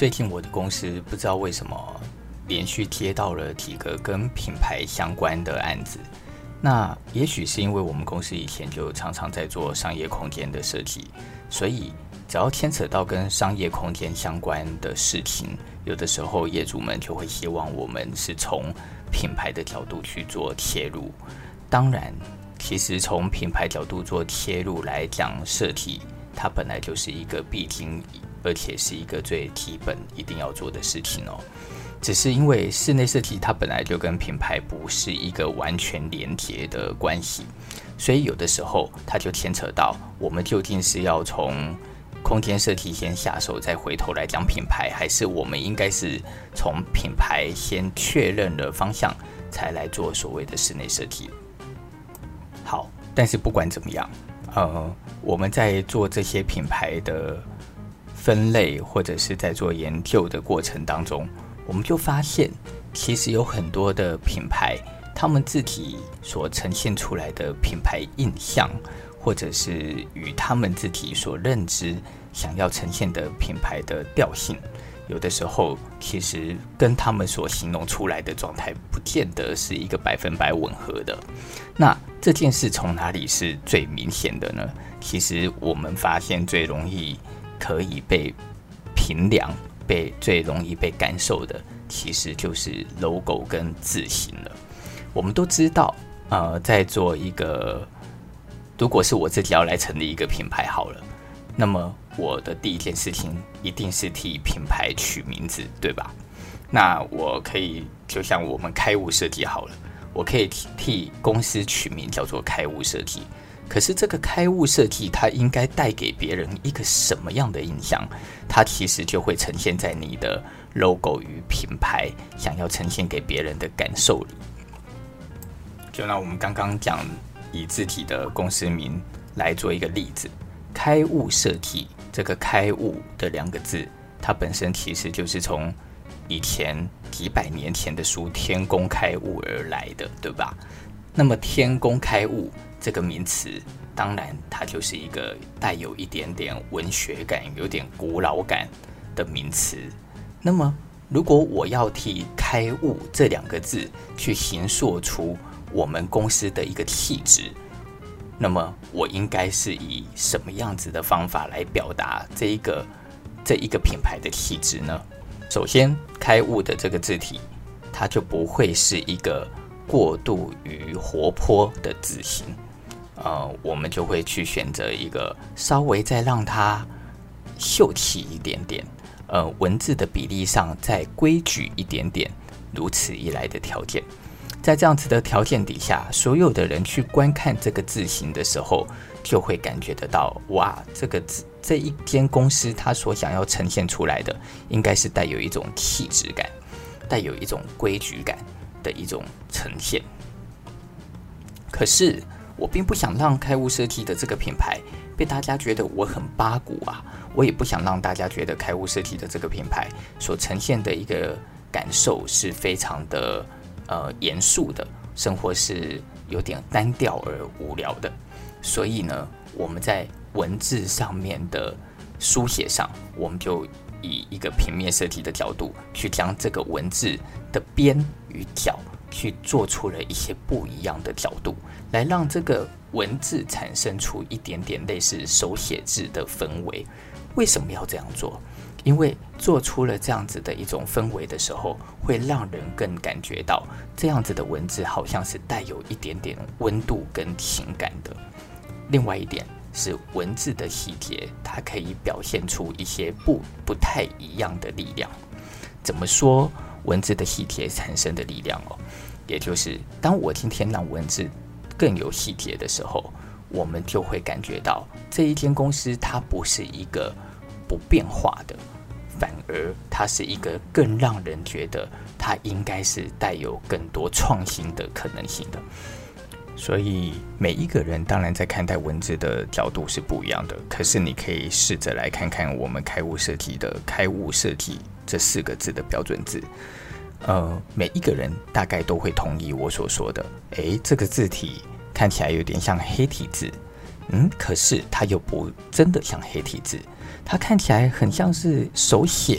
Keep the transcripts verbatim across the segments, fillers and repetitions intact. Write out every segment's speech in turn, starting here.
最近我的公司不知道为什么连续接到了几个跟品牌相关的案子。那也许是因为我们公司以前就常常在做商业空间的设计，所以只要牵扯到跟商业空间相关的事情，有的时候业主们就会希望我们是从品牌的角度去做切入。当然，其实从品牌角度做切入来讲，设计它本来就是一个必经，而且是一个最基本一定要做的事情哦。只是因为室内设计它本来就跟品牌不是一个完全连结的关系，所以有的时候它就牵扯到我们究竟是要从空间设计先下手，再回头来讲品牌，还是我们应该是从品牌先确认了方向，才来做所谓的室内设计。好，但是不管怎么样，呃，我们在做这些品牌的分类或者是在做研究的过程当中，我们就发现其实有很多的品牌，他们自己所呈现出来的品牌印象，或者是与他们自己所认知想要呈现的品牌的调性，有的时候其实跟他们所形容出来的状态不见得是一个百分百吻合的。那这件事从哪里是最明显的呢？其实我们发现最容易可以被评量，被最容易被感受的，其实就是 logo 跟字型了。我们都知道，呃，在做一个，如果是我自己要来成立一个品牌好了，那么我的第一件事情一定是替品牌取名字，对吧？那我可以就像我们开物设计好了，我可以替公司取名叫做开物设计。可是这个开物设计它应该带给别人一个什么样的印象，它其实就会呈现在你的 logo 与品牌想要呈现给别人的感受里。就拿我们刚刚讲以自己的公司名来做一个例子，开物设计，这个开物的两个字，它本身其实就是从以前几百年前的书天工开物而来的，对吧？那么天工开物这个名词，当然它就是一个带有一点点文学感、有点古老感的名词。那么如果我要替开物这两个字去形塑出我们公司的一个气质，那么我应该是以什么样子的方法来表达这一个这一个品牌的气质呢？首先，开物的这个字体，它就不会是一个过度于活泼的字型，呃，我们就会去选择一个稍微再让它秀气一点点，呃，文字的比例上再规矩一点点，如此一来的条件。在这样子的条件底下，所有的人去观看这个字型的时候，就会感觉得到，哇，这个字这一间公司它所想要呈现出来的，应该是带有一种气质感，带有一种规矩感的一种呈现。可是我并不想让开物设计的这个品牌被大家觉得我很八股啊，我也不想让大家觉得开物设计的这个品牌所呈现的一个感受是非常的呃严肃的，生活是有点单调而无聊的。所以呢，我们在文字上面的书写上，我们就以一个平面设计的角度去将这个文字的边与角去做出了一些不一样的角度，来让这个文字产生出一点点类似手写字的氛围。为什么要这样做？因为做出了这样子的一种氛围的时候，会让人更感觉到这样子的文字好像是带有一点点温度跟情感的。另外一点是文字的细节，它可以表现出一些不不太一样的力量。怎么说文字的细节产生的力量哦？也就是当我今天让文字更有细节的时候，我们就会感觉到这一间公司它不是一个不变化的，反而它是一个更让人觉得它应该是带有更多创新的可能性的。所以每一个人当然在看待文字的角度是不一样的，可是你可以试着来看看我们开物设计的开物设计这四个字的标准字，呃，每一个人大概都会同意我所说的，诶，这个字体看起来有点像黑体字，嗯，可是它又不真的像黑体字，它看起来很像是手写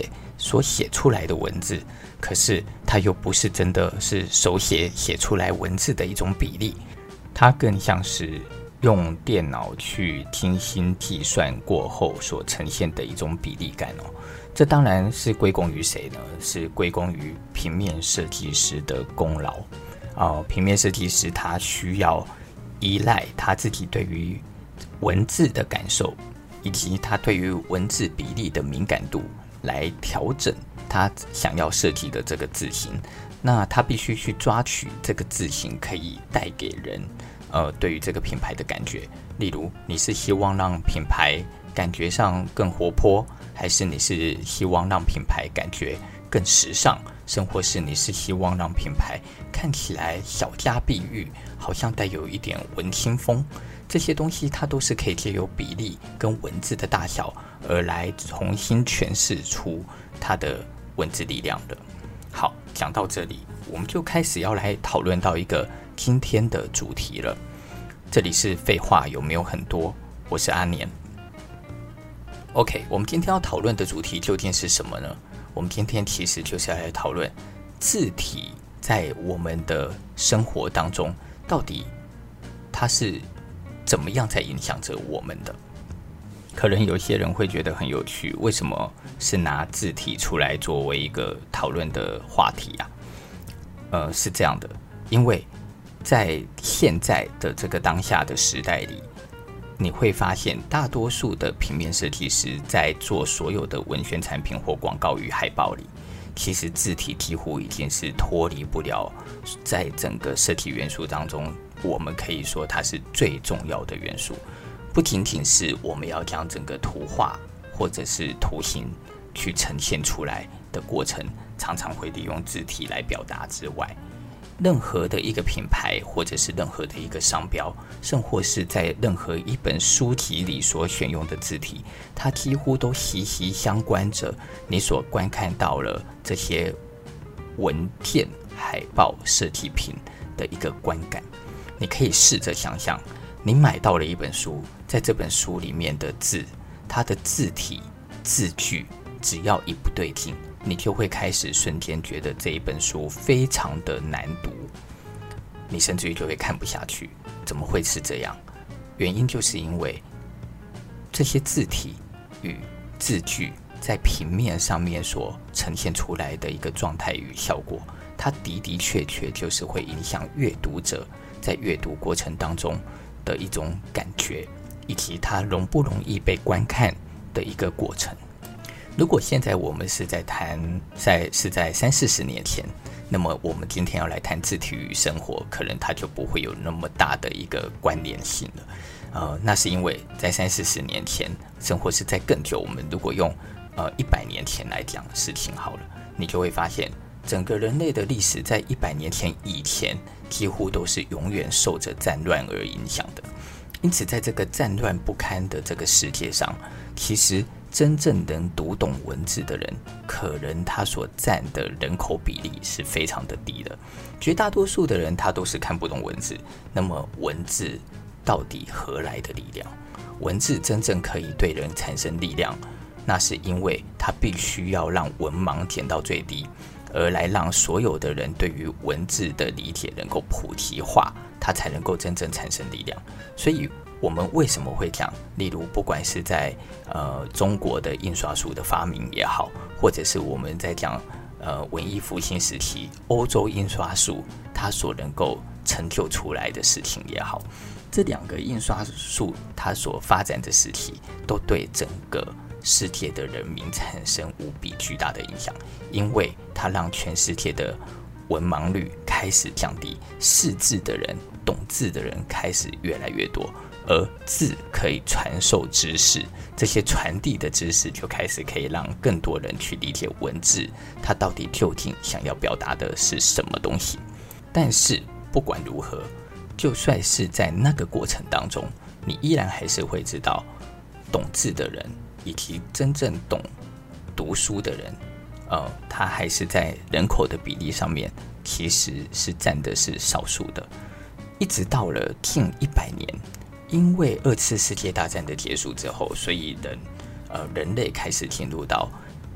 所写出来的文字，可是它又不是真的是手写写出来文字的一种比例，它更像是用电脑去精心计算过后所呈现的一种比例感哦。这当然是归功于谁呢？是归功于平面设计师的功劳啊、呃。平面设计师他需要依赖他自己对于文字的感受，以及他对于文字比例的敏感度来调整他想要设计的这个字型。那他必须去抓取这个字型可以带给人呃对于这个品牌的感觉。例如，你是希望让品牌感觉上更活泼，还是你是希望让品牌感觉更时尚，甚或是你是希望让品牌看起来小家碧玉，好像带有一点文青风。这些东西它都是可以借由比例跟文字的大小而来重新诠释出它的文字力量的。好，讲到这里，我们就开始要来讨论到一个今天的主题了。这里是废话有没有很多？我是阿年。OK， 我们今天要讨论的主题究竟是什么呢？我们今天其实就是要来讨论字体在我们的生活当中，到底它是怎么样在影响着我们的。可能有些人会觉得很有趣，为什么是拿字体出来作为一个讨论的话题啊？呃，是这样的，因为在现在的这个当下的时代里，你会发现大多数的平面设计师在做所有的文宣产品或广告与海报里，其实字体几乎已经是脱离不了在整个设计元素当中，我们可以说它是最重要的元素。不仅仅是我们要将整个图画或者是图形去呈现出来的过程，常常会利用字体来表达之外，任何的一个品牌或者是任何的一个商标，甚或是在任何一本书籍里所选用的字体，它几乎都息息相关着你所观看到了这些文件、海报、设计品的一个观感。你可以试着想象，你买到了一本书，在这本书里面的字，它的字体、字句，只要一不对劲，你就会开始瞬间觉得这一本书非常的难读，你甚至于就会看不下去。怎么会是这样？原因就是因为这些字体与字句在平面上面所呈现出来的一个状态与效果，它的的确确就是会影响阅读者在阅读过程当中的一种感觉，以及它容不容易被观看的一个过程。如果现在我们是在谈在是在三四十年前，那么我们今天要来谈字体与生活，可能它就不会有那么大的一个关联性了。呃，那是因为在三四十年前，甚或是在更久，我们如果用呃一百年前来讲事情好了，你就会发现，整个人类的历史在一百年前以前，几乎都是永远受着战乱而影响的。因此，在这个战乱不堪的这个世界上，其实真正能读懂文字的人，可能他所占的人口比例是非常的低的。绝大多数的人他都是看不懂文字。那么文字到底何来的力量？文字真正可以对人产生力量，那是因为它必须要让文盲减到最低，而来让所有的人对于文字的理解能够普及化，它才能够真正产生力量。所以我们为什么会讲，例如不管是在呃中国的印刷术的发明也好，或者是我们在讲呃文艺复兴时期欧洲印刷术它所能够成就出来的事情也好，这两个印刷术它所发展的时期，都对整个世界的人民产生无比巨大的影响，因为它让全世界的文盲率开始降低，识字的人、懂字的人开始越来越多，而字可以传授知识，这些传递的知识就开始可以让更多人去理解文字，它到底究竟想要表达的是什么东西。但是不管如何，就算是在那个过程当中，你依然还是会知道，懂字的人以及真正懂读书的人，呃，他还是在人口的比例上面，其实是占的是少数的。一直到了近一百年，因为二次世界大战的结束之后，所以人呃人类开始进入到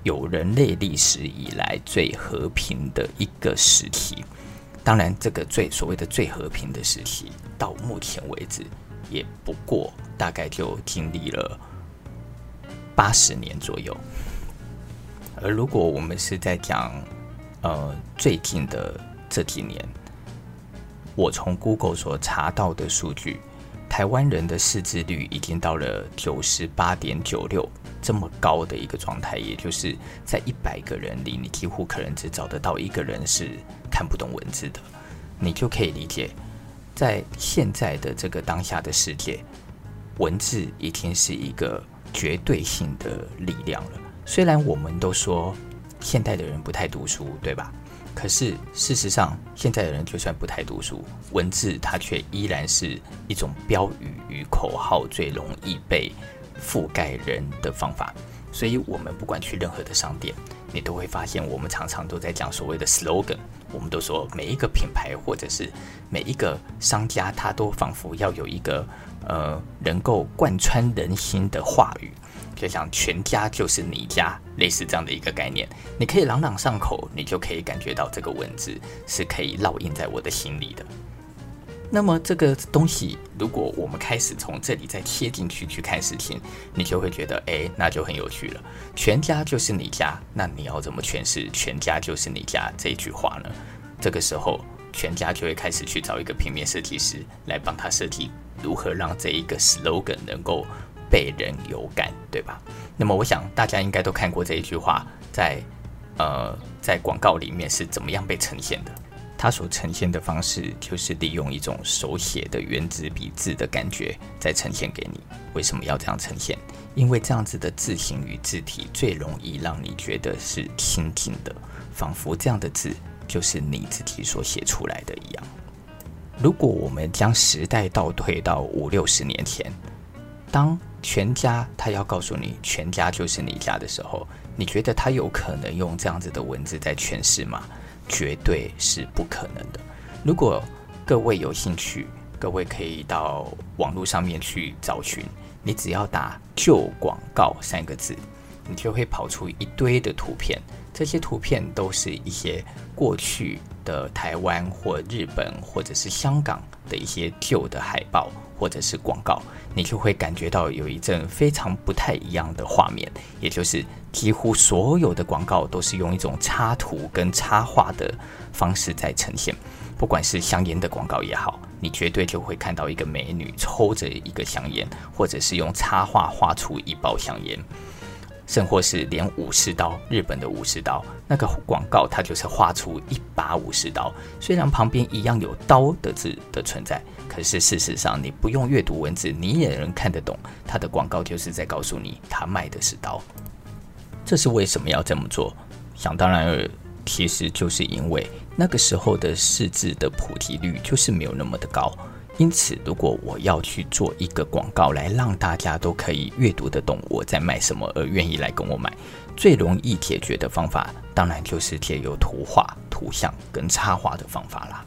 有人类历史以来最和平的一个时期。当然，这个最所谓的最和平的时期，到目前为止也不过大概就经历了八十年左右。而如果我们是在讲呃最近的这几年，我从 Google 所查到的数据，台湾人的识字率已经到了 九十八点九六 这么高的一个状态，也就是在一百个人里，你几乎可能只找得到一个人是看不懂文字的。你就可以理解，在现在的这个当下的世界，文字已经是一个绝对性的力量了。虽然我们都说现代的人不太读书，对吧？可是事实上，现在的人就算不太读书，文字它却依然是一种标语与口号最容易被覆盖人的方法。所以我们不管去任何的商店，你都会发现我们常常都在讲所谓的 slogan。我们都说每一个品牌或者是每一个商家，它都仿佛要有一个呃能够贯穿人心的话语，就像全家就是你家，类似这样的一个概念。你可以朗朗上口，你就可以感觉到这个文字是可以烙印在我的心里的。那么这个东西，如果我们开始从这里再切进去去看事情，你就会觉得，哎，那就很有趣了。全家就是你家，那你要怎么诠释全家就是你家这一句话呢？这个时候，全家就会开始去找一个平面设计师来帮他设计如何让这一个 slogan 能够被人有感，对吧？那么我想大家应该都看过这一句话在呃在广告里面是怎么样被呈现的。它所呈现的方式就是利用一种手写的原子笔字的感觉再呈现给你。为什么要这样呈现？因为这样子的字形与字体最容易让你觉得是亲近的，仿佛这样的字就是你自己所写出来的一样。如果我们将时代倒退到五六十年前，当全家他要告诉你全家就是你家的时候，你觉得他有可能用这样子的文字在诠释吗？绝对是不可能的。如果各位有兴趣，各位可以到网络上面去找寻，你只要打旧广告三个字，你就会跑出一堆的图片。这些图片都是一些过去的台湾或日本或者是香港的一些旧的海报或者是广告，你就会感觉到有一阵非常不太一样的画面，也就是几乎所有的广告都是用一种插图跟插画的方式在呈现。不管是香烟的广告也好，你绝对就会看到一个美女抽着一个香烟，或者是用插画画出一包香烟，甚或是连武士刀，日本的武士刀那个广告，它就是画出一把武士刀，虽然旁边一样有刀的字的存在，可是事实上你不用阅读文字，你也能看得懂，它的广告就是在告诉你它卖的是刀。这是为什么要这么做？想当然尔，其实就是因为那个时候的识字的普及率就是没有那么的高。因此，如果我要去做一个广告来让大家都可以阅读得懂我在卖什么，而愿意来跟我买，最容易解决的方法，当然就是借由图画、图像跟插画的方法啦。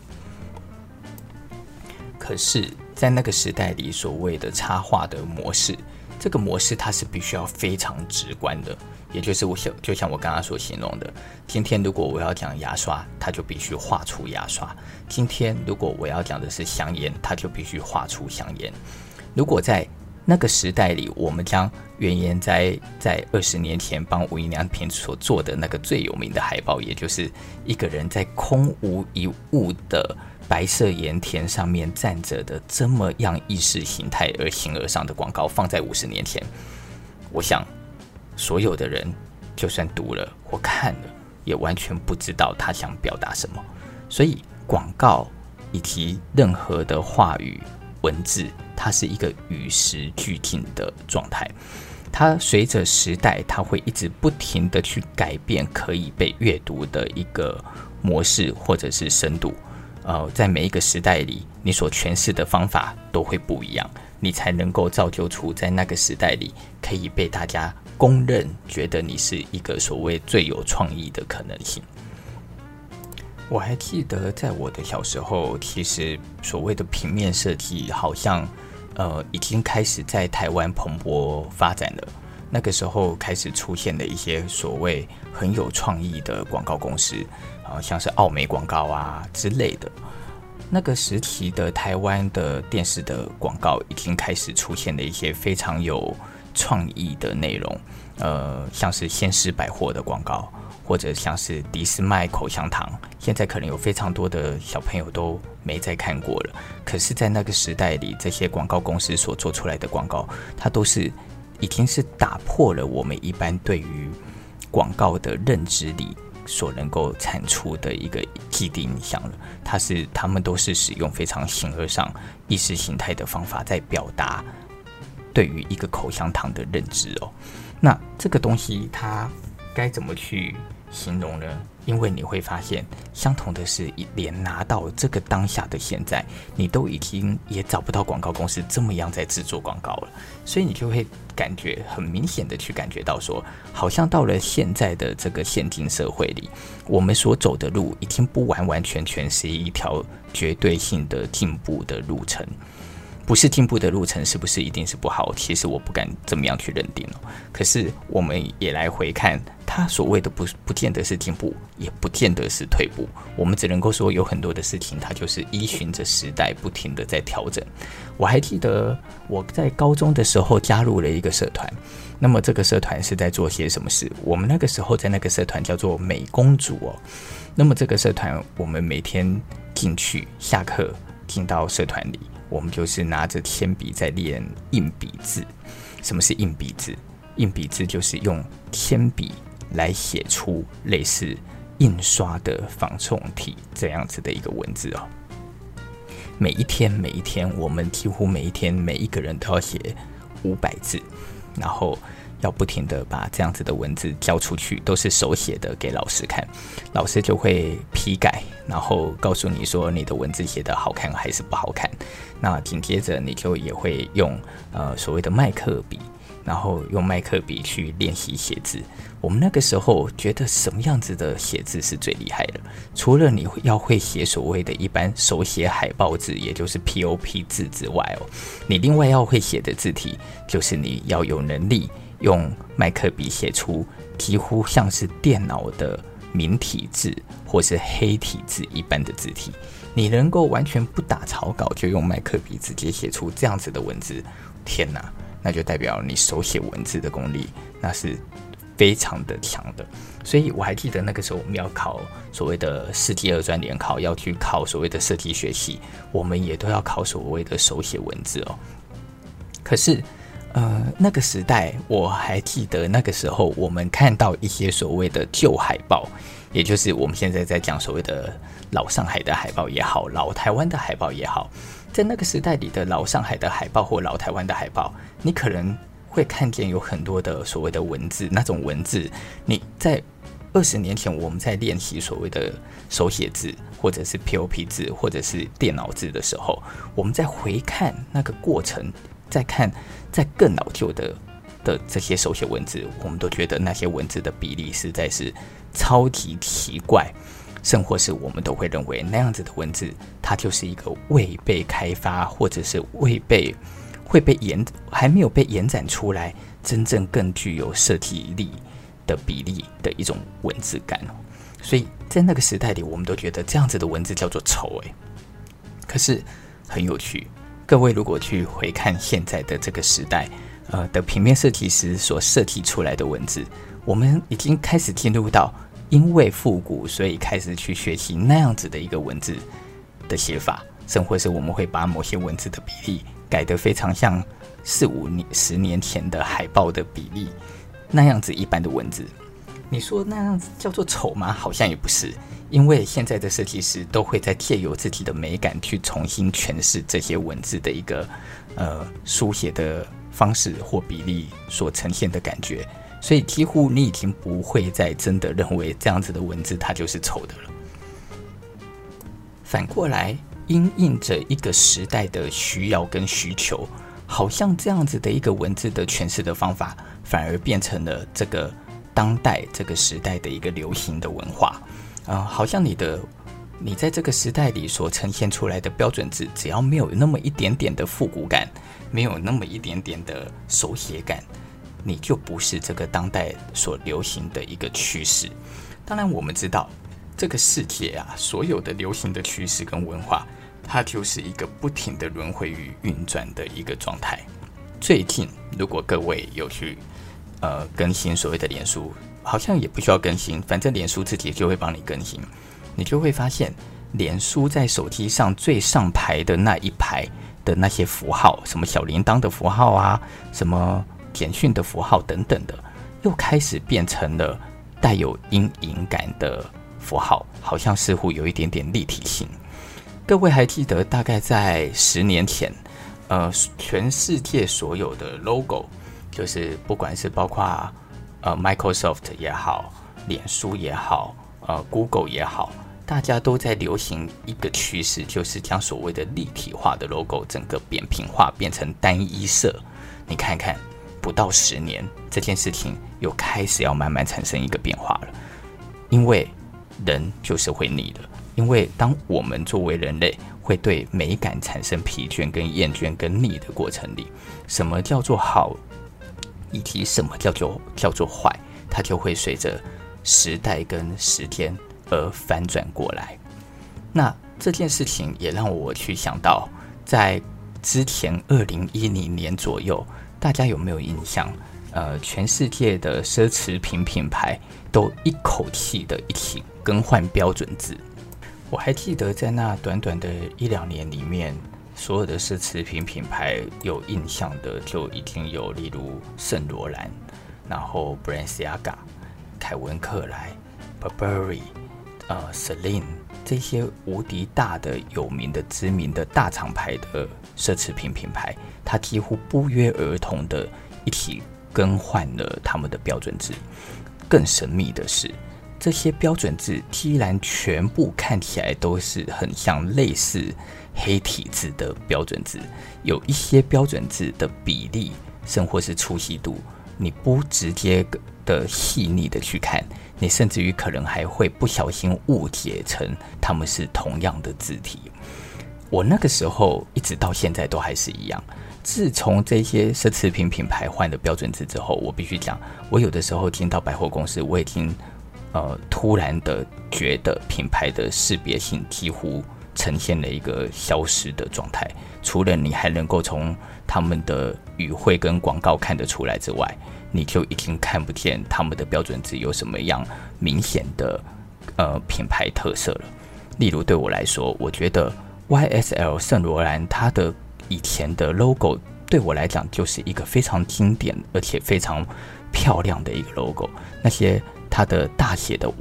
可是，在那个时代里，所谓的插画的模式，这个模式它是必须要非常直观的，也就是我想，就像我刚刚所形容的，今天如果我要讲牙刷，它就必须画出牙刷；今天如果我要讲的是香烟，它就必须画出香烟。如果在那个时代里，我们将原研哉在二十年前帮无印良品所做的那个最有名的海报，也就是一个人在空无一物的白色盐田上面站着的这么样意识形态而形而上的广告，放在五十年前，我想所有的人就算读了或看了，也完全不知道他想表达什么。所以广告以及任何的话语文字，它是一个与时俱进的状态，它随着时代，它会一直不停的去改变可以被阅读的一个模式或者是深度。呃，在每一个时代里，你所诠释的方法都会不一样，你才能够造就出在那个时代里可以被大家公认，觉得你是一个所谓最有创意的可能性。我还记得在我的小时候，其实所谓的平面设计好像呃已经开始在台湾蓬勃发展了。 那个时候开始出现了一些所谓很有创意的广告公司，呃、像是奥美广告啊之类的。那个时期的台湾的电视的广告已经开始出现了一些非常有创意的内容，呃，像是鲜食百货的广告，或者像是迪斯麦口香糖，现在可能有非常多的小朋友都没再看过了。可是，在那个时代里，这些广告公司所做出来的广告，它都是已经是打破了我们一般对于广告的认知里所能够产出的一个既定印象了。它是他们都是使用非常形而上、意识形态的方法在表达对于一个口香糖的认知哦。那这个东西它该怎么去形容呢？因为你会发现，相同的是，连拿到这个当下的现在，你都已经也找不到广告公司这么样在制作广告了，所以你就会感觉很明显的去感觉到说，好像到了现在的这个现今社会里，我们所走的路已经不完完全全是一条绝对性的进步的路程。不是进步的路程是不是一定是不好？其实我不敢这么样去认定哦。可是我们也来回看，它所谓的不不见得是进步，也不见得是退步。我们只能够说，有很多的事情它就是依循着时代不停的在调整。我还记得我在高中的时候加入了一个社团，那么这个社团是在做些什么事？我们那个时候在那个社团叫做美公主哦。那么这个社团我们每天进去下课进到社团里，我们就是拿着铅笔在练硬笔字。什么是硬笔字？硬笔字就是用铅笔来写出类似印刷的仿宋体这样子的一个文字哦。每一天每一天，我们几乎每一天每一个人都要写五百字，然后要不停的把这样子的文字交出去，都是手写的给老师看，老师就会批改，然后告诉你说你的文字写得好看还是不好看。那紧接着你就也会用呃所谓的麦克笔，然后用麦克笔去练习写字。我们那个时候觉得什么样子的写字是最厉害的？除了你要会写所谓的一般手写海报字，也就是 P O P 字之外哦，你另外要会写的字体，就是你要有能力用麦克笔写出几乎像是电脑的明体字或是黑体字一般的字体。你能够完全不打草稿就用麦克笔直接写出这样子的文字，天哪，那就代表你手写文字的功力那是非常的强的。所以我还记得那个时候我们要考所谓的世纪二专联考，要去考所谓的设计学系，我们也都要考所谓的手写文字哦。可是呃，那个时代我还记得那个时候我们看到一些所谓的旧海报，也就是我们现在在讲所谓的老上海的海报也好，老台湾的海报也好，在那个时代里的老上海的海报或老台湾的海报，你可能会看见有很多的所谓的文字，那种文字你在二十年前我们在练习所谓的手写字或者是 P O P 字或者是电脑字的时候，我们在回看那个过程，再看在更老旧的的这些手写文字，我们都觉得那些文字的比例实在是超级奇怪，甚或是我们都会认为那样子的文字它就是一个未被开发或者是未被会被延还没有被延展出来真正更具有设计力的比例的一种文字感。所以在那个时代里我们都觉得这样子的文字叫做丑诶。可是很有趣，各位如果去回看现在的这个时代呃的平面设计师所设计出来的文字，我们已经开始进入到因为复古所以开始去学习那样子的一个文字的写法，甚或是我们会把某些文字的比例改得非常像四五年十年前的海报的比例那样子一般的文字。你说那样子叫做丑吗？好像也不是，因为现在的设计师都会在借由自己的美感去重新诠释这些文字的一个呃书写的方式或比例所呈现的感觉，所以几乎你已经不会再真的认为这样子的文字它就是丑的了。反过来因应着一个时代的需要跟需求，好像这样子的一个文字的诠释的方法反而变成了这个当代这个时代的一个流行的文化。呃、好像你的你在这个时代里所呈现出来的标准字，只要没有那么一点点的复古感，没有那么一点点的手写感， 你就不是这个当代所流行的一个趋势。当然我们知道这个世界啊，所有的流行的趋势跟文化，它就是一个不停的轮回与运转的一个状态。最近如果各位有去呃更新所谓的脸书，好像也不需要更新，反正脸书自己就会帮你更新，你就会发现脸书在手机上最上排的那一排的那些符号，什么小铃铛的符号啊，什么简讯的符号等等的，又开始变成了带有阴影感的符号，好像似乎有一点点立体性。各位还记得大概在十年前，呃，全世界所有的 logo， 就是不管是包括呃 Microsoft 也好，脸书也好，呃 Google 也好，大家都在流行一个趋势，就是将所谓的立体化的 logo 整个扁平化，变成单一色。你看看，不到十年，这件事情又开始要慢慢产生一个变化了。因为人就是会腻的，因为当我们作为人类会对美感产生疲倦跟厌倦跟腻的过程里，什么叫做好，以及什么叫做叫做坏，它就会随着时代跟时间而翻转过来。那这件事情也让我去想到，在之前二零一零年左右，大家有没有印象？呃，全世界的奢侈品品牌都一口气的一起更换标准字。我还记得在那短短的一两年里面，所有的奢侈品品牌有印象的就已经有，例如圣罗兰，然后 Balenciaga、凯文克莱、Burberry、呃 Celine 这些无敌大的、有名的、知名的大厂牌的奢侈品品牌，它几乎不约而同的一起更换了他们的标准字。更神秘的是，这些标准字既然全部看起来都是很像类似黑体字的标准字，有一些标准字的比例甚或是粗细度，你不直接的细腻的去看，你甚至于可能还会不小心误解成他们是同样的字体。我那个时候一直到现在都还是一样。自从这些奢侈品品牌换了标准字之后，我必须讲，我有的时候进到百货公司，我已经呃突然的觉得品牌的识别性几乎呈现了一个消失的状态。除了你还能够从他们的语汇跟广告看得出来之外，你就已经看不见他们的标准字有什么样明显的呃品牌特色了。例如对我来说，我觉得 Y S L 圣罗兰它的以前的 logo 对我来讲就是一个非常经典而且非常漂亮的一个 logo， 那些它的大写的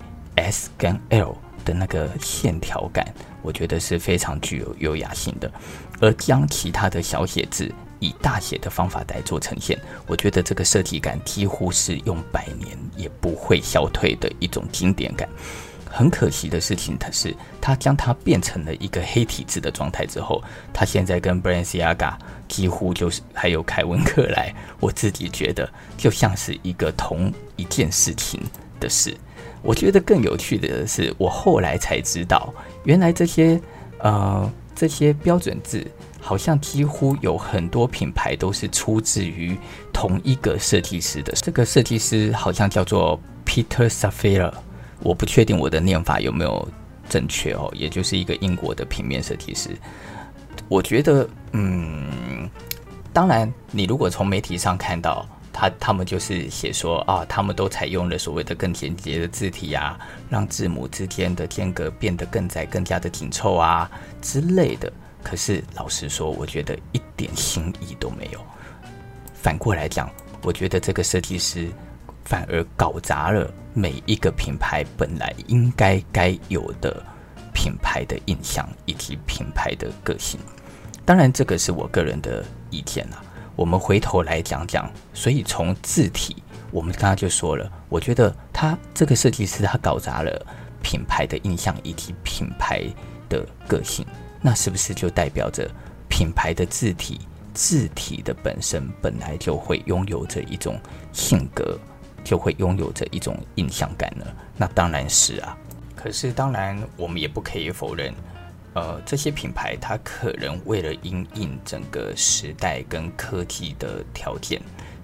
Y、S 跟 L 的那个线条感，我觉得是非常具有优雅性的。而将其他的小写字以大写的方法来做呈现，我觉得这个设计感几乎是用百年也不会消退的一种经典感。很可惜的事情，它是它将它变成了一个黑体字的状态之后，它现在跟 Balenciaga 几乎就是还有凯文克莱，我自己觉得就像是一个同一件事情的事。我觉得更有趣的是，我后来才知道，原来这些呃这些标准字好像几乎有很多品牌都是出自于同一个设计师的。这个设计师好像叫做 Peter Safira。我不确定我的念法有没有正确哦，也就是一个英国的平面设计师。我觉得，嗯，当然，你如果从媒体上看到他，他们就是写说啊，他们都采用了所谓的更简洁的字体啊，让字母之间的间隔变得更窄、更加的紧凑啊之类的。可是老实说，我觉得一点新意都没有。反过来讲，我觉得这个设计师反而搞砸了每一个品牌本来应该该有的品牌的印象以及品牌的个性。当然这个是我个人的意见啦。我们回头来讲讲，所以从字体我们刚刚就说了，我觉得他这个设计师他搞砸了品牌的印象以及品牌的个性，那是不是就代表着品牌的字体字体的本身本来就会拥有着一种性格，就会拥有着一种印象感呢？那当然是啊。可是当然我们也不可以否认，呃，这些品牌它可能为了因应整个时代跟科技的条件，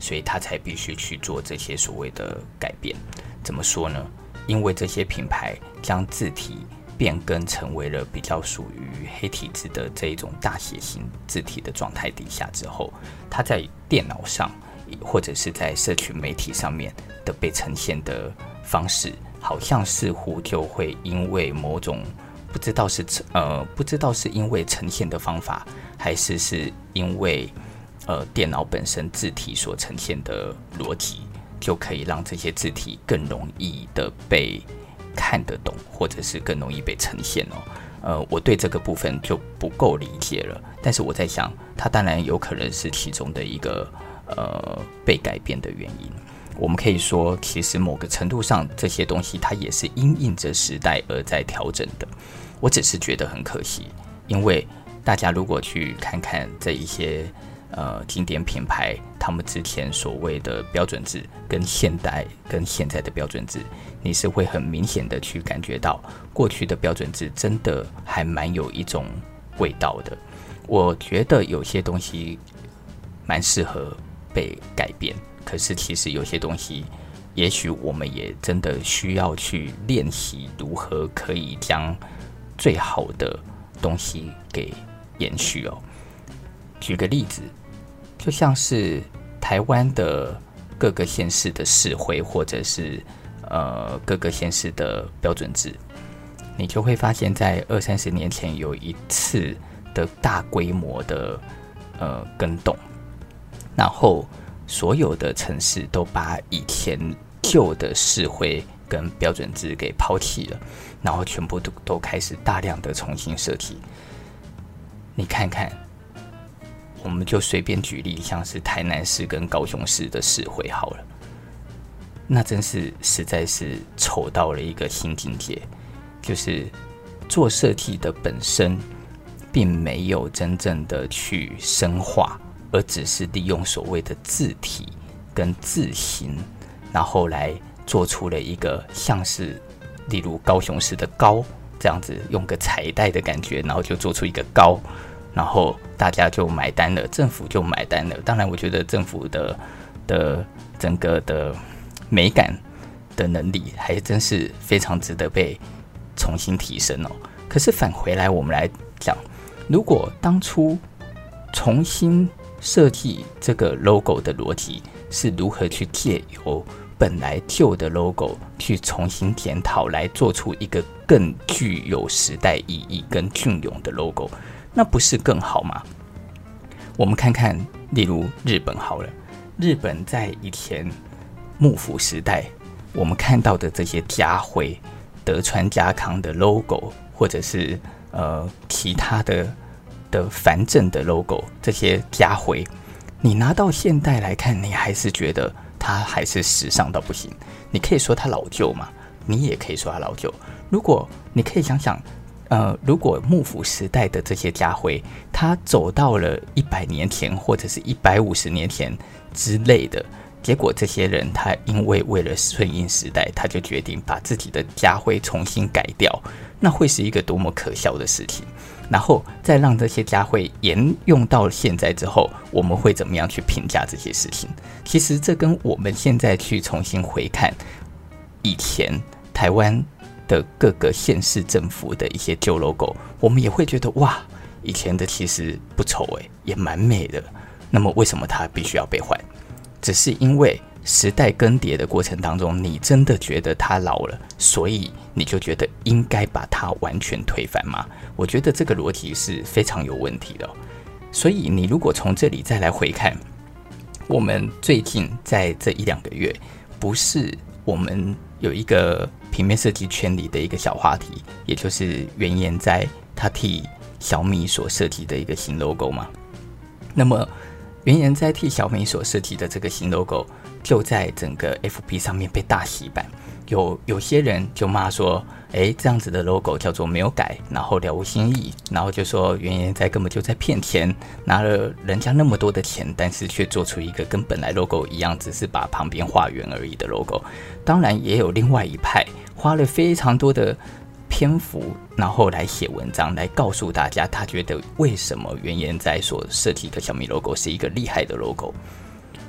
所以他才必须去做这些所谓的改变。怎么说呢？因为这些品牌将字体变更成为了比较属于黑体字的这一种大写型字体的状态底下之后，它在电脑上或者是在社群媒体上面的被呈现的方式，好像似乎就会因为某种不知道是呃不知道是因为呈现的方法，还是是因为呃电脑本身字体所呈现的逻辑，就可以让这些字体更容易的被看得懂，或者是更容易被呈现哦。呃，我对这个部分就不够理解了。但是我在想，它当然有可能是其中的一个呃被改变的原因。我们可以说，其实某个程度上，这些东西它也是因应着时代而在调整的。我只是觉得很可惜，因为大家如果去看看这一些呃经典品牌，他们之前所谓的标准字跟现代跟现在的标准字，你是会很明显的去感觉到过去的标准字真的还蛮有一种味道的。我觉得有些东西蛮适合被改变，可是其实有些东西也许我们也真的需要去练习如何可以将最好的东西给延续哦。举个例子，就像是台湾的各个县市的市徽，或者是呃各个县市的标准字，你就会发现，在二三十年前有一次的大规模的呃更动，然后所有的城市都把以前旧的市徽跟标准字给抛弃了，然后全部都都开始大量的重新设计。你看看。我们就随便举例，像是台南市跟高雄市的市徽好了，那真是实在是丑到了一个新境界。就是做设计的本身，并没有真正的去深化，而只是利用所谓的字体跟字形，然后来做出了一个像是，例如高雄市的高这样子，用个彩带的感觉，然后就做出一个高。然后大家就买单了，政府就买单了。当然，我觉得政府的的整个的美感的能力，还真是非常值得被重新提升哦。可是返回来，我们来讲，如果当初重新设计这个 logo 的逻辑是如何去借由本来旧的 logo 去重新检讨，来做出一个更具有时代意义跟隽永的 logo。那不是更好吗？我们看看，例如日本好了，日本在以前幕府时代，我们看到的这些家徽、德川家康的 logo， 或者是呃其他的的藩镇的 logo， 这些家徽，你拿到现代来看，你还是觉得它还是时尚到不行。你可以说它老旧嘛，你也可以说它老旧。如果你可以想想。呃，如果幕府时代的这些家徽，它走到了一百年前或者是一百五十年前之类的，结果这些人他因为为了顺应时代，他就决定把自己的家徽重新改掉，那会是一个多么可笑的事情。然后再让这些家徽沿用到现在之后，我们会怎么样去评价这些事情？其实这跟我们现在去重新回看以前台湾的各个县市政府的一些旧 logo， 我们也会觉得哇，以前的其实不丑诶，也蛮美的。那么为什么它必须要被换？只是因为时代更迭的过程当中，你真的觉得它老了，所以你就觉得应该把它完全推翻吗？我觉得这个逻辑是非常有问题的哦。所以你如果从这里再来回看，我们最近在这一两个月，不是我们有一个平面设计圈里的一个小话题，也就是原研哉他替小米所设计的一个新 logo 嘛。那么原研哉替小米所设计的这个新 logo， 就在整个 F B 上面被大洗版。有有些人就骂说，哎，这样子的 logo 叫做没有改，然后了无新意，然后就说原研哉根本就在骗钱，拿了人家那么多的钱，但是却做出一个跟本来 logo 一样，只是把旁边画圆而已的 logo。当然也有另外一派花了非常多的篇幅，然后来写文章，来告诉大家他觉得为什么原研哉所设计的小米 logo 是一个厉害的 logo。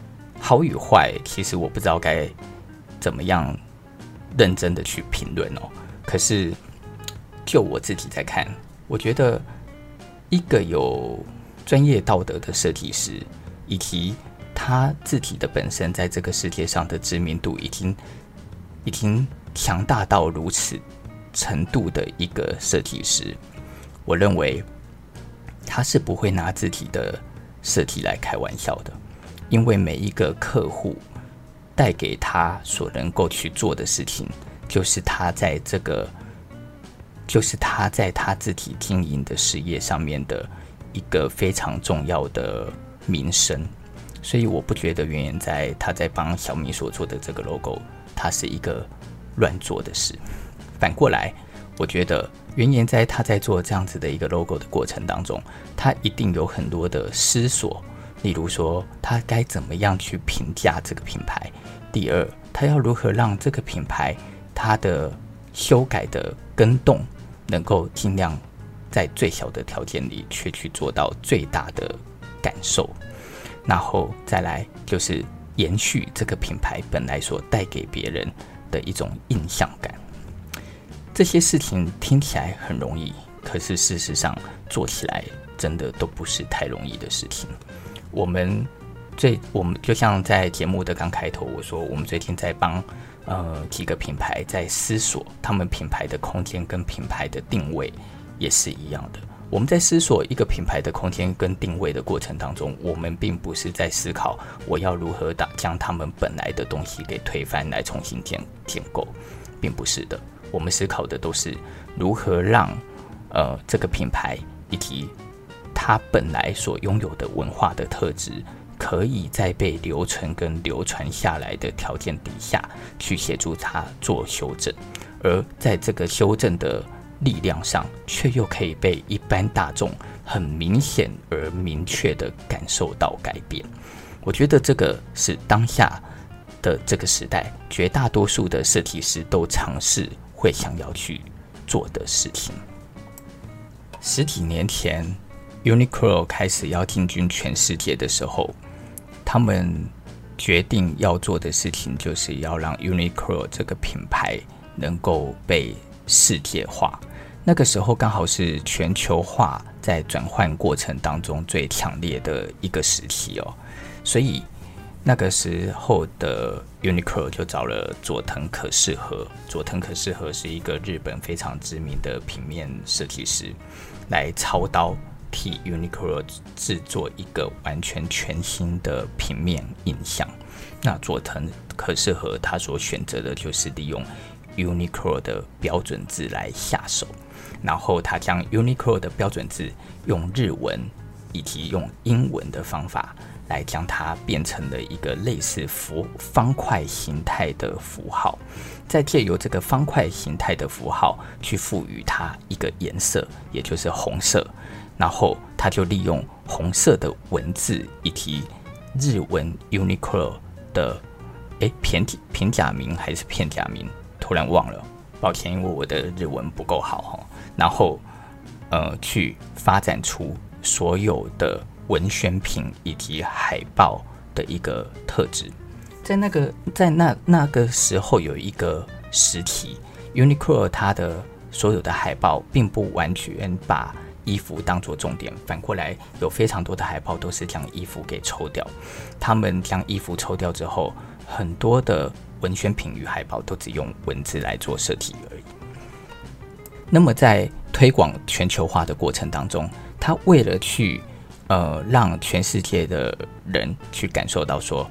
好与坏，其实我不知道该怎么样认真的去评论哦。可是就我自己在看，我觉得一个有专业道德的设计师，以及他自己的本身在这个世界上的知名度已经已经强大到如此程度的一个设计师，我认为他是不会拿自己的设计来开玩笑的，因为每一个客户带给他所能够去做的事情，就是他在这个，就是他在他自己经营的事业上面的一个非常重要的名声。所以我不觉得原研在他在帮小米所做的这个 logo， 它是一个乱做的事。反过来，我觉得原研在他在做这样子的一个 logo 的过程当中，他一定有很多的思索，例如说他该怎么样去评价这个品牌，第二，他要如何让这个品牌它的修改的更动能够尽量在最小的条件里却去做到最大的感受，然后再来就是延续这个品牌本来所带给别人的一种印象感。这些事情听起来很容易，可是事实上做起来真的都不是太容易的事情。我们最我们就像在节目的刚开头我说，我们最近在帮呃几个品牌在思索他们品牌的空间跟品牌的定位也是一样的。我们在思索一个品牌的空间跟定位的过程当中，我们并不是在思考我要如何将他们本来的东西给推翻来重新建建构，并不是的。我们思考的都是如何让呃这个品牌以及它本来所拥有的文化的特质，可以在被留存跟流传下来的条件底下，去协助它做修正，而在这个修正的力量上，却又可以被一般大众很明显而明确的感受到改变。我觉得这个是当下的这个时代，绝大多数的设计师都尝试会想要去做的事情。十几年前 Uniqlo 开始要进军全世界的时候，他们决定要做的事情就是要让 Uniqlo 这个品牌能够被世界化。那个时候刚好是全球化在转换过程当中最强烈的一个时期哦，所以那个时候的 Uniqlo 就找了佐藤可士和。佐藤可士和是一个日本非常知名的平面设计师，来操刀替 Uniqlo 制作一个完全全新的平面印象。那佐藤可士和他所选择的就是利用 Uniqlo 的标准字来下手，然后他将 Uniqlo 的标准字用日文以及用英文的方法来将它变成了一个类似符方块形态的符号，再借由这个方块形态的符号去赋予它一个颜色，也就是红色，然后他就利用红色的文字以及日文 Uniqlo 的诶平平假名还是片假名，突然忘了，抱歉，因为我的日文不够好，然后呃去发展出所有的文宣品以及海报的一个特质。在那个在那那个时候有一个时期 Uniqlo 它的所有的海报并不完全把衣服当作重点，反过来有非常多的海报都是将衣服给抽掉。他们将衣服抽掉之后，很多的文宣品与海报都只用文字来做设计而已。那么在推广全球化的过程当中，他为了去呃让全世界的人去感受到说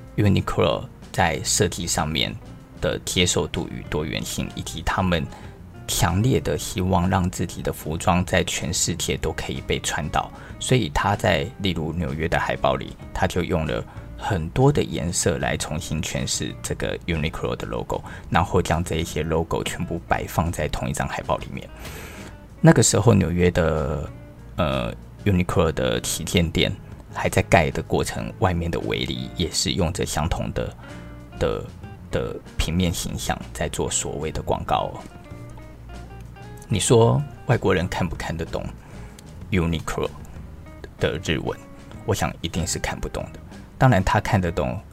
Uniqlo 在设计上面的接受度与多元性，以及他们强烈的希望让自己的服装在全世界都可以被穿到，所以他在例如纽约的海报里，他就用了很多的颜色来重新诠释这个 Uniqlo 的 logo， 然后将这一些 logo 全部摆放在同一张海报里面。那个时候纽约的呃 Uniqlo 的旗舰店还在盖的过程，外面的围篱也是用着相同的的的平面形象在做所谓的广告哦。你说外国人看不看得懂 Uniqlo 的日文？我想一定是看不懂的。当然他看得懂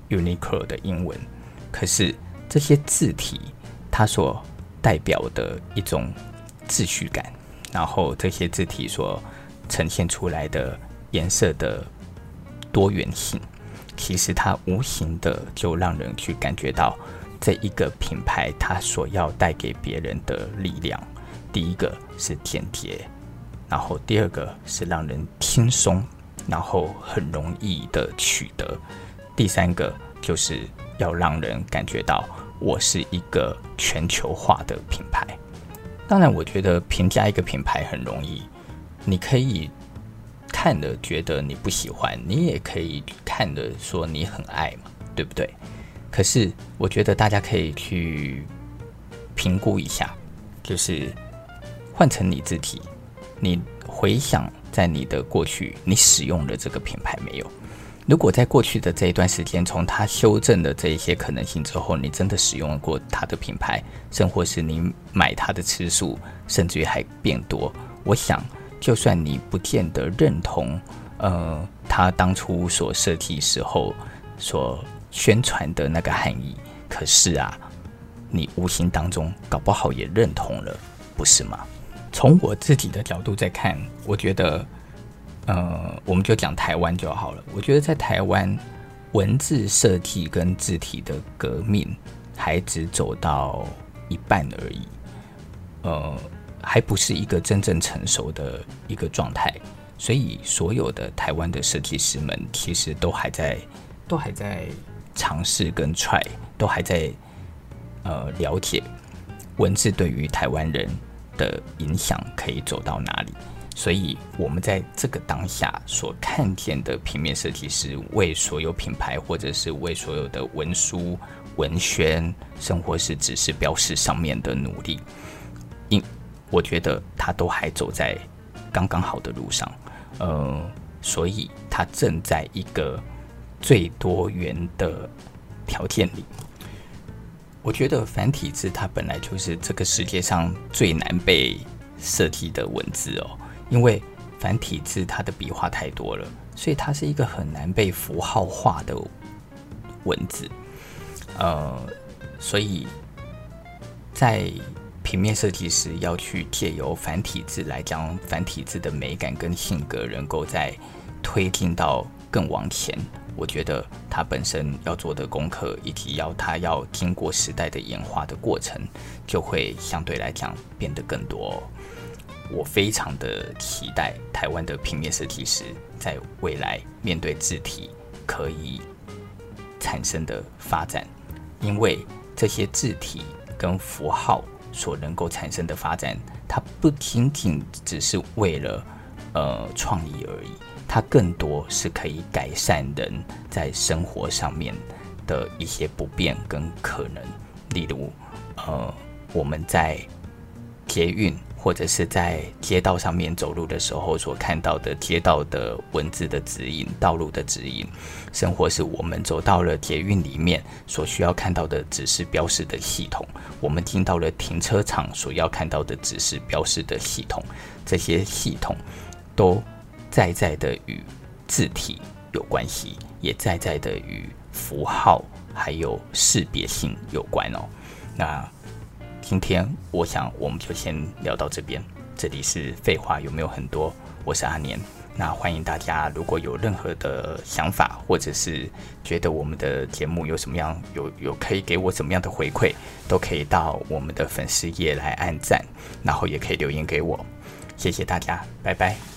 Uniqlo 的英文，可是这些字体它所代表的一种秩序感，然后这些字体所呈现出来的颜色的多元性，其实它无形的就让人去感觉到这一个品牌它所要带给别人的力量。第一个是简洁，然后第二个是让人轻松，然后很容易的取得，第三个就是要让人感觉到我是一个全球化的品牌。当然我觉得评价一个品牌很容易，你可以看了觉得你不喜欢，你也可以看了说你很爱嘛，对不对？可是我觉得大家可以去评估一下，就是换成你自己，你回想在你的过去你使用了这个品牌没有？如果在过去的这一段时间，从它修正的这一些可能性之后，你真的使用过它的品牌，甚或是你买它的次数甚至于还变多，我想就算你不见得认同呃，它当初所设计时候所宣传的那个含义，可是啊，你无形当中搞不好也认同了，不是吗？从我自己的角度在看，我觉得呃，我们就讲台湾就好了。我觉得在台湾，文字设计跟字体的革命还只走到一半而已，呃，还不是一个真正成熟的一个状态。所以，所有的台湾的设计师们其实都还在，都还在尝试跟 try， 都还在呃了解文字对于台湾人的影响可以走到哪里。所以我们在这个当下所看见的平面设计师为所有品牌或者是为所有的文书、文宣，甚或是指示标示上面的努力，因我觉得他都还走在刚刚好的路上，呃，所以他正在一个最多元的条件里。我觉得繁体字它本来就是这个世界上最难被设计的文字哦。因为繁体字它的笔画太多了，所以它是一个很难被符号化的文字。呃，所以在平面设计师要去借由繁体字来将繁体字的美感跟性格能够再推进到更往前，我觉得它本身要做的功课以及要它要经过时代的演化的过程，就会相对来讲变得更多哦。我非常的期待台湾的平面设计师在未来面对字体可以产生的发展，因为这些字体跟符号所能够产生的发展，它不仅仅只是为了呃创意而已，它更多是可以改善人在生活上面的一些不便跟可能，例如呃我们在捷运或者是在街道上面走路的时候所看到的街道的文字的指引、道路的指引，甚或是我们走到了捷运里面所需要看到的指示标示的系统，我们进到了停车场所要看到的指示标示的系统，这些系统都在在的与字体有关系，也在在的与符号还有识别性有关哦。那今天我想我们就先聊到这边，这里是废话有没有很多，我是阿年。那欢迎大家如果有任何的想法，或者是觉得我们的节目有什么样有有可以给我什么样的回馈，都可以到我们的粉丝页来按赞，然后也可以留言给我。谢谢大家，拜拜。